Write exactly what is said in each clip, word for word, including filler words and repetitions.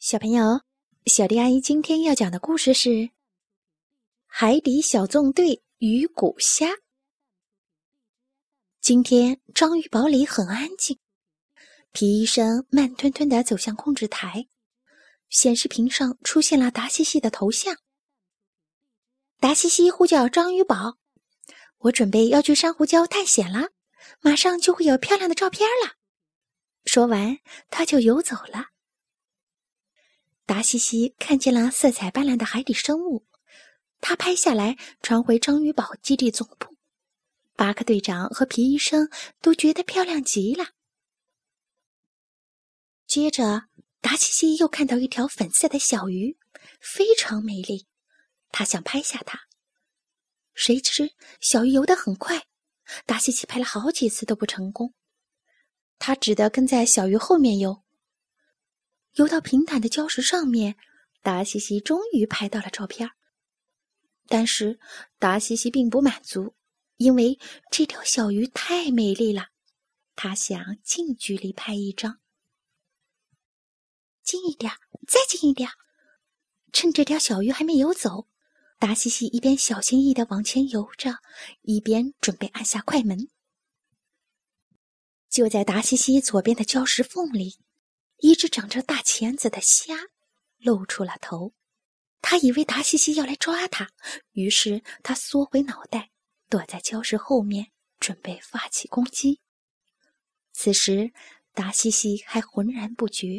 小朋友，小迪阿姨今天要讲的故事是《海底小纵队与古虾》。今天章鱼堡里很安静，皮医生慢吞吞地走向控制台，显示屏上出现了达西西的头像。达西西呼叫章鱼堡，我准备要去珊瑚礁探险了，马上就会有漂亮的照片了。说完，他就游走了。达西西看见了色彩斑斓的海底生物，他拍下来传回章鱼堡基地总部。巴克队长和皮医生都觉得漂亮极了。接着，达西西又看到一条粉色的小鱼，非常美丽，他想拍下它。谁知小鱼游得很快，达西西拍了好几次都不成功，他只得跟在小鱼后面游。游到平坦的礁石上面，达西西终于拍到了照片。但是达西西并不满足，因为这条小鱼太美丽了，他想近距离拍一张。近一点，再近一点。趁这条小鱼还没游走，达西西一边小心翼翼地往前游着，一边准备按下快门。就在达西西左边的礁石缝里，一只长着大钳子的虾露出了头，他以为达西西要来抓他，于是他缩回脑袋，躲在礁石后面，准备发起攻击。此时达西西还浑然不觉，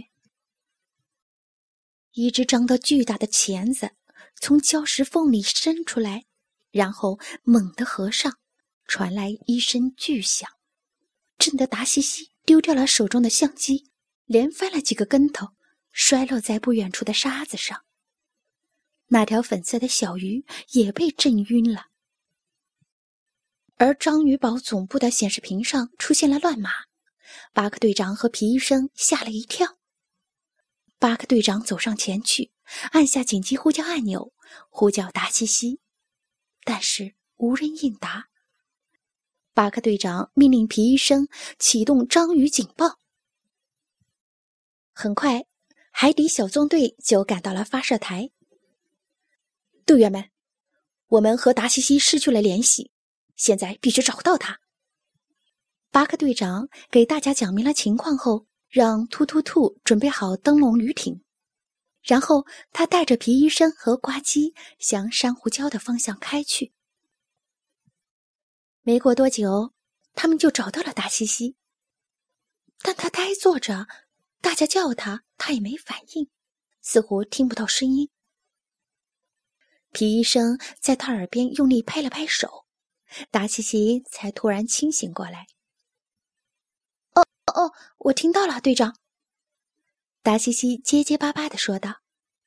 一只长得巨大的钳子从礁石缝里伸出来，然后猛地合上，传来一声巨响，震得达西西丢掉了手中的相机，连翻了几个跟头，摔落在不远处的沙子上。那条粉色的小鱼也被震晕了。而章鱼堡总部的显示屏上出现了乱码，巴克队长和皮医生吓了一跳。巴克队长走上前去，按下紧急呼叫按钮，呼叫达西西，但是无人应答。巴克队长命令皮医生启动章鱼警报。很快，海底小纵队就赶到了发射台。队员们，我们和达西西失去了联系，现在必须找到他。巴克队长给大家讲明了情况后，让突突兔准备好灯笼鱼艇，然后他带着皮医生和呱唧向珊瑚礁的方向开去。没过多久，他们就找到了达西西，但他呆坐着，大家叫他，他也没反应，似乎听不到声音。皮医生在他耳边用力拍了拍手，达西西才突然清醒过来。哦哦，我听到了，队长。达西西结结巴巴地说道。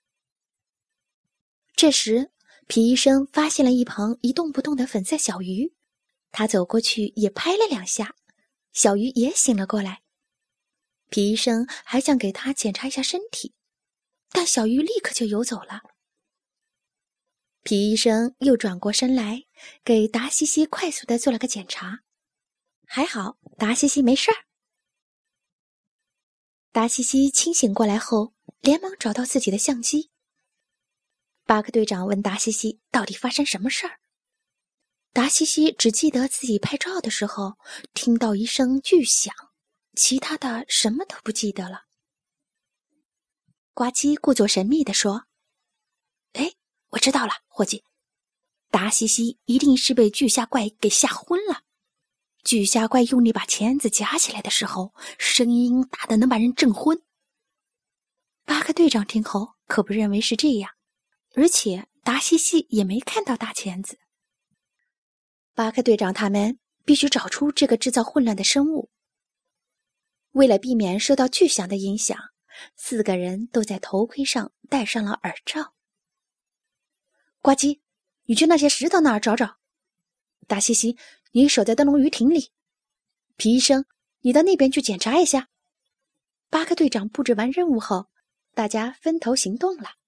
这时，皮医生发现了一旁一动不动的粉色小鱼，他走过去也拍了两下，小鱼也醒了过来。皮医生还想给他检查一下身体，但小鱼立刻就游走了。皮医生又转过身来，给达西西快速地做了个检查，还好达西西没事儿。达西西清醒过来后，连忙找到自己的相机。巴克队长问达西西到底发生什么事儿。达西西只记得自己拍照的时候听到一声巨响，其他的什么都不记得了。呱唧故作神秘地说：哎，我知道了，伙计，达西西一定是被巨虾怪给吓昏了。巨虾怪用力把钳子夹起来的时候，声音大得能把人震昏。巴克队长听后可不认为是这样，而且达西西也没看到大钳子。巴克队长他们必须找出这个制造混乱的生物。为了避免受到巨响的影响，四个人都在头盔上戴上了耳罩。呱唧，你去那些石头那儿找找。达西西，你守在灯笼鱼艇里。皮医生，你到那边去检查一下。巴克队长布置完任务后，大家分头行动了。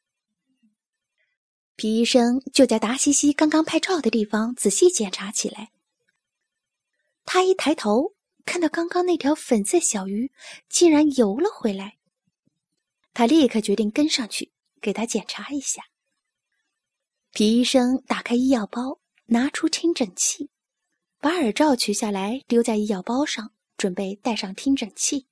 皮医生就在达西西刚刚拍照的地方仔细检查起来。他一抬头，看到刚刚那条粉色小鱼竟然游了回来。 他立刻决定跟上去，给他检查一下。皮医生打开医药包，拿出听诊器，把耳罩取下来丢在医药包上，准备戴上听诊器。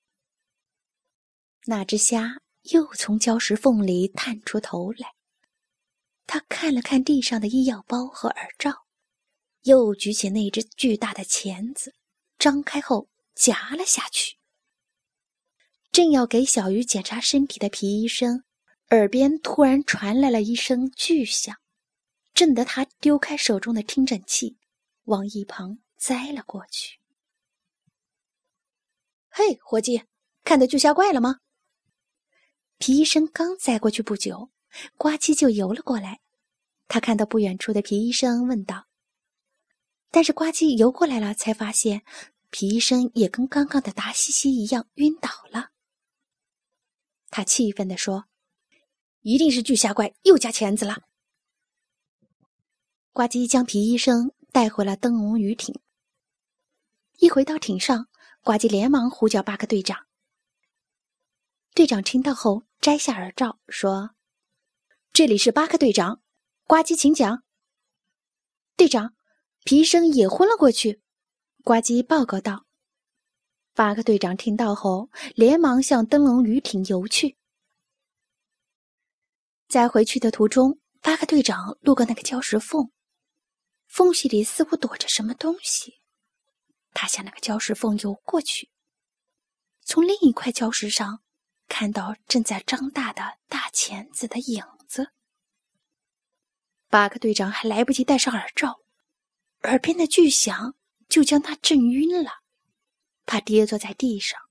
那只虾又从礁石缝里探出头来，他看了看地上的医药包和耳罩，又举起那只巨大的钳子，张开后夹了下去。正要给小鱼检查身体的皮医生，耳边突然传来了一声巨响，震得他丢开手中的听诊器，往一旁栽了过去。嘿，伙计，看到巨虾怪了吗？皮医生刚栽过去不久，呱唧就游了过来。他看到不远处的皮医生，问道。但是呱唧游过来了，才发现皮医生也跟刚刚的达西西一样晕倒了。他气愤地说：一定是巨虾怪又加钳子了。呱唧将皮医生带回了灯笼鱼艇。一回到艇上，呱唧连忙呼叫巴克队长。队长听到后摘下耳罩，说：这里是巴克队长，呱唧请讲。队长，皮医生也昏了过去，呱唧报告道。巴克队长听到后连忙向灯笼鱼艇游去。在回去的途中，巴克队长路过那个礁石缝，缝隙里似乎躲着什么东西。他向那个礁石缝游过去，从另一块礁石上看到正在张大的大钳子的影子。巴克队长还来不及戴上耳罩，耳边的巨响就将他震晕了，他跌坐在地上。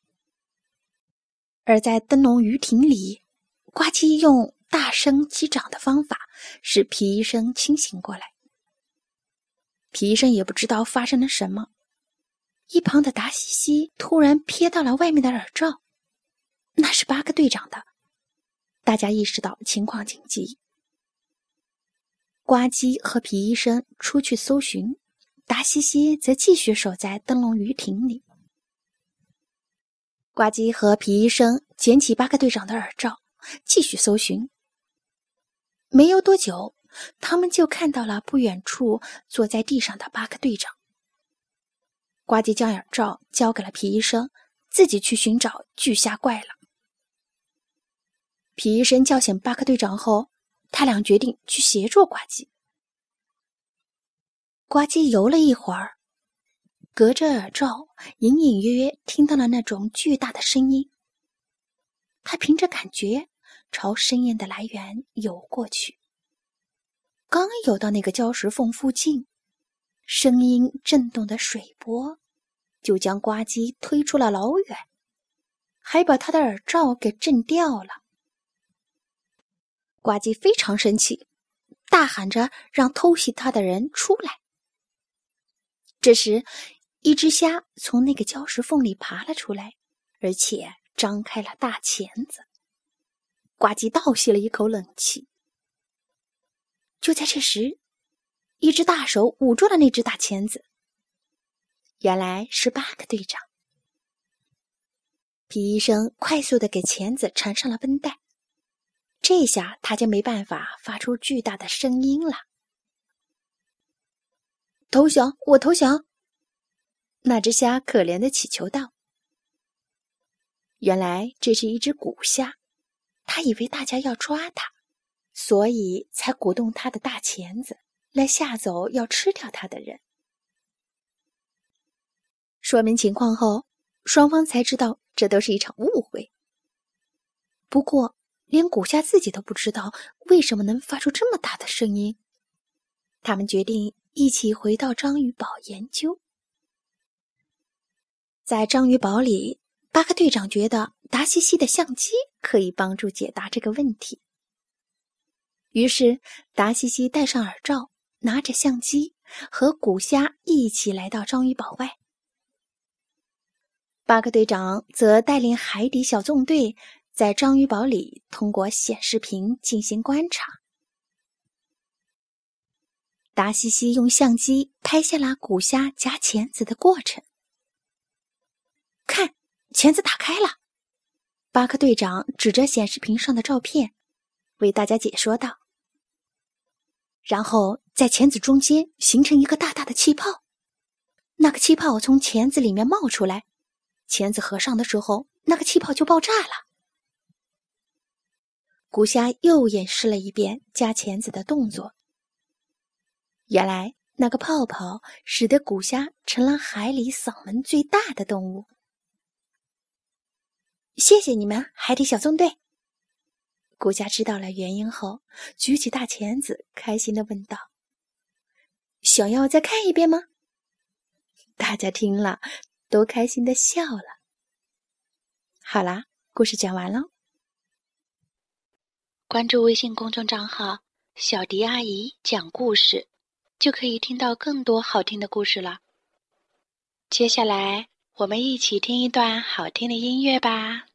而在灯笼鱼艇里，呱唧用大声击掌的方法使皮医生清醒过来。皮医生也不知道发生了什么，一旁的达西西突然瞥到了外面的耳罩，那是巴克队长的。大家意识到情况紧急。呱唧和皮医生出去搜寻，达西西则继续守在灯笼鱼艇里。呱唧和皮医生捡起巴克队长的耳罩，继续搜寻。没有多久，他们就看到了不远处坐在地上的巴克队长。呱唧将耳罩交给了皮医生，自己去寻找巨虾怪了。皮医生叫醒巴克队长后，他俩决定去协助呱唧。呱唧游了一会儿，隔着耳罩隐隐约约听到了那种巨大的声音。他凭着感觉朝声音的来源游过去。刚游到那个礁石缝附近，声音震动的水波就将呱唧推出了老远，还把他的耳罩给震掉了。呱唧非常生气，大喊着让偷袭他的人出来。这时，一只虾从那个礁石缝里爬了出来，而且张开了大钳子。呱唧倒吸了一口冷气。就在这时，一只大手捂住了那只大钳子，原来是巴克队长。皮医生快速地给钳子缠上了绷带，这下他就没办法发出巨大的声音了。投降，我投降！那只虾可怜地祈求道。原来这是一只古虾，他以为大家要抓他，所以才鼓动他的大钳子来吓走要吃掉他的人。说明情况后，双方才知道这都是一场误会。不过连古虾自己都不知道为什么能发出这么大的声音。他们决定一起回到章鱼堡研究。在章鱼堡里，巴克队长觉得达西西的相机可以帮助解答这个问题。于是达西西戴上耳罩，拿着相机和古虾一起来到章鱼堡外。巴克队长则带领海底小纵队在章鱼堡里通过显示屏进行观察。达西西用相机拍下了古虾夹钳子的过程。看，钳子打开了。 巴克队长指着显示屏上的照片，为大家解说道。然后在钳子中间形成一个大大的气泡，那个气泡从钳子里面冒出来，钳子合上的时候，那个气泡就爆炸了。古虾又演示了一遍加钳子的动作。原来那个泡泡使得古虾成了海里嗓门最大的动物。谢谢你们，海底小纵队。古虾知道了原因后，举起大钳子，开心地问道：想要再看一遍吗？大家听了，都开心地笑了。好啦，故事讲完喽。关注微信公众账号“小迪阿姨讲故事”，就可以听到更多好听的故事了。接下来，我们一起听一段好听的音乐吧。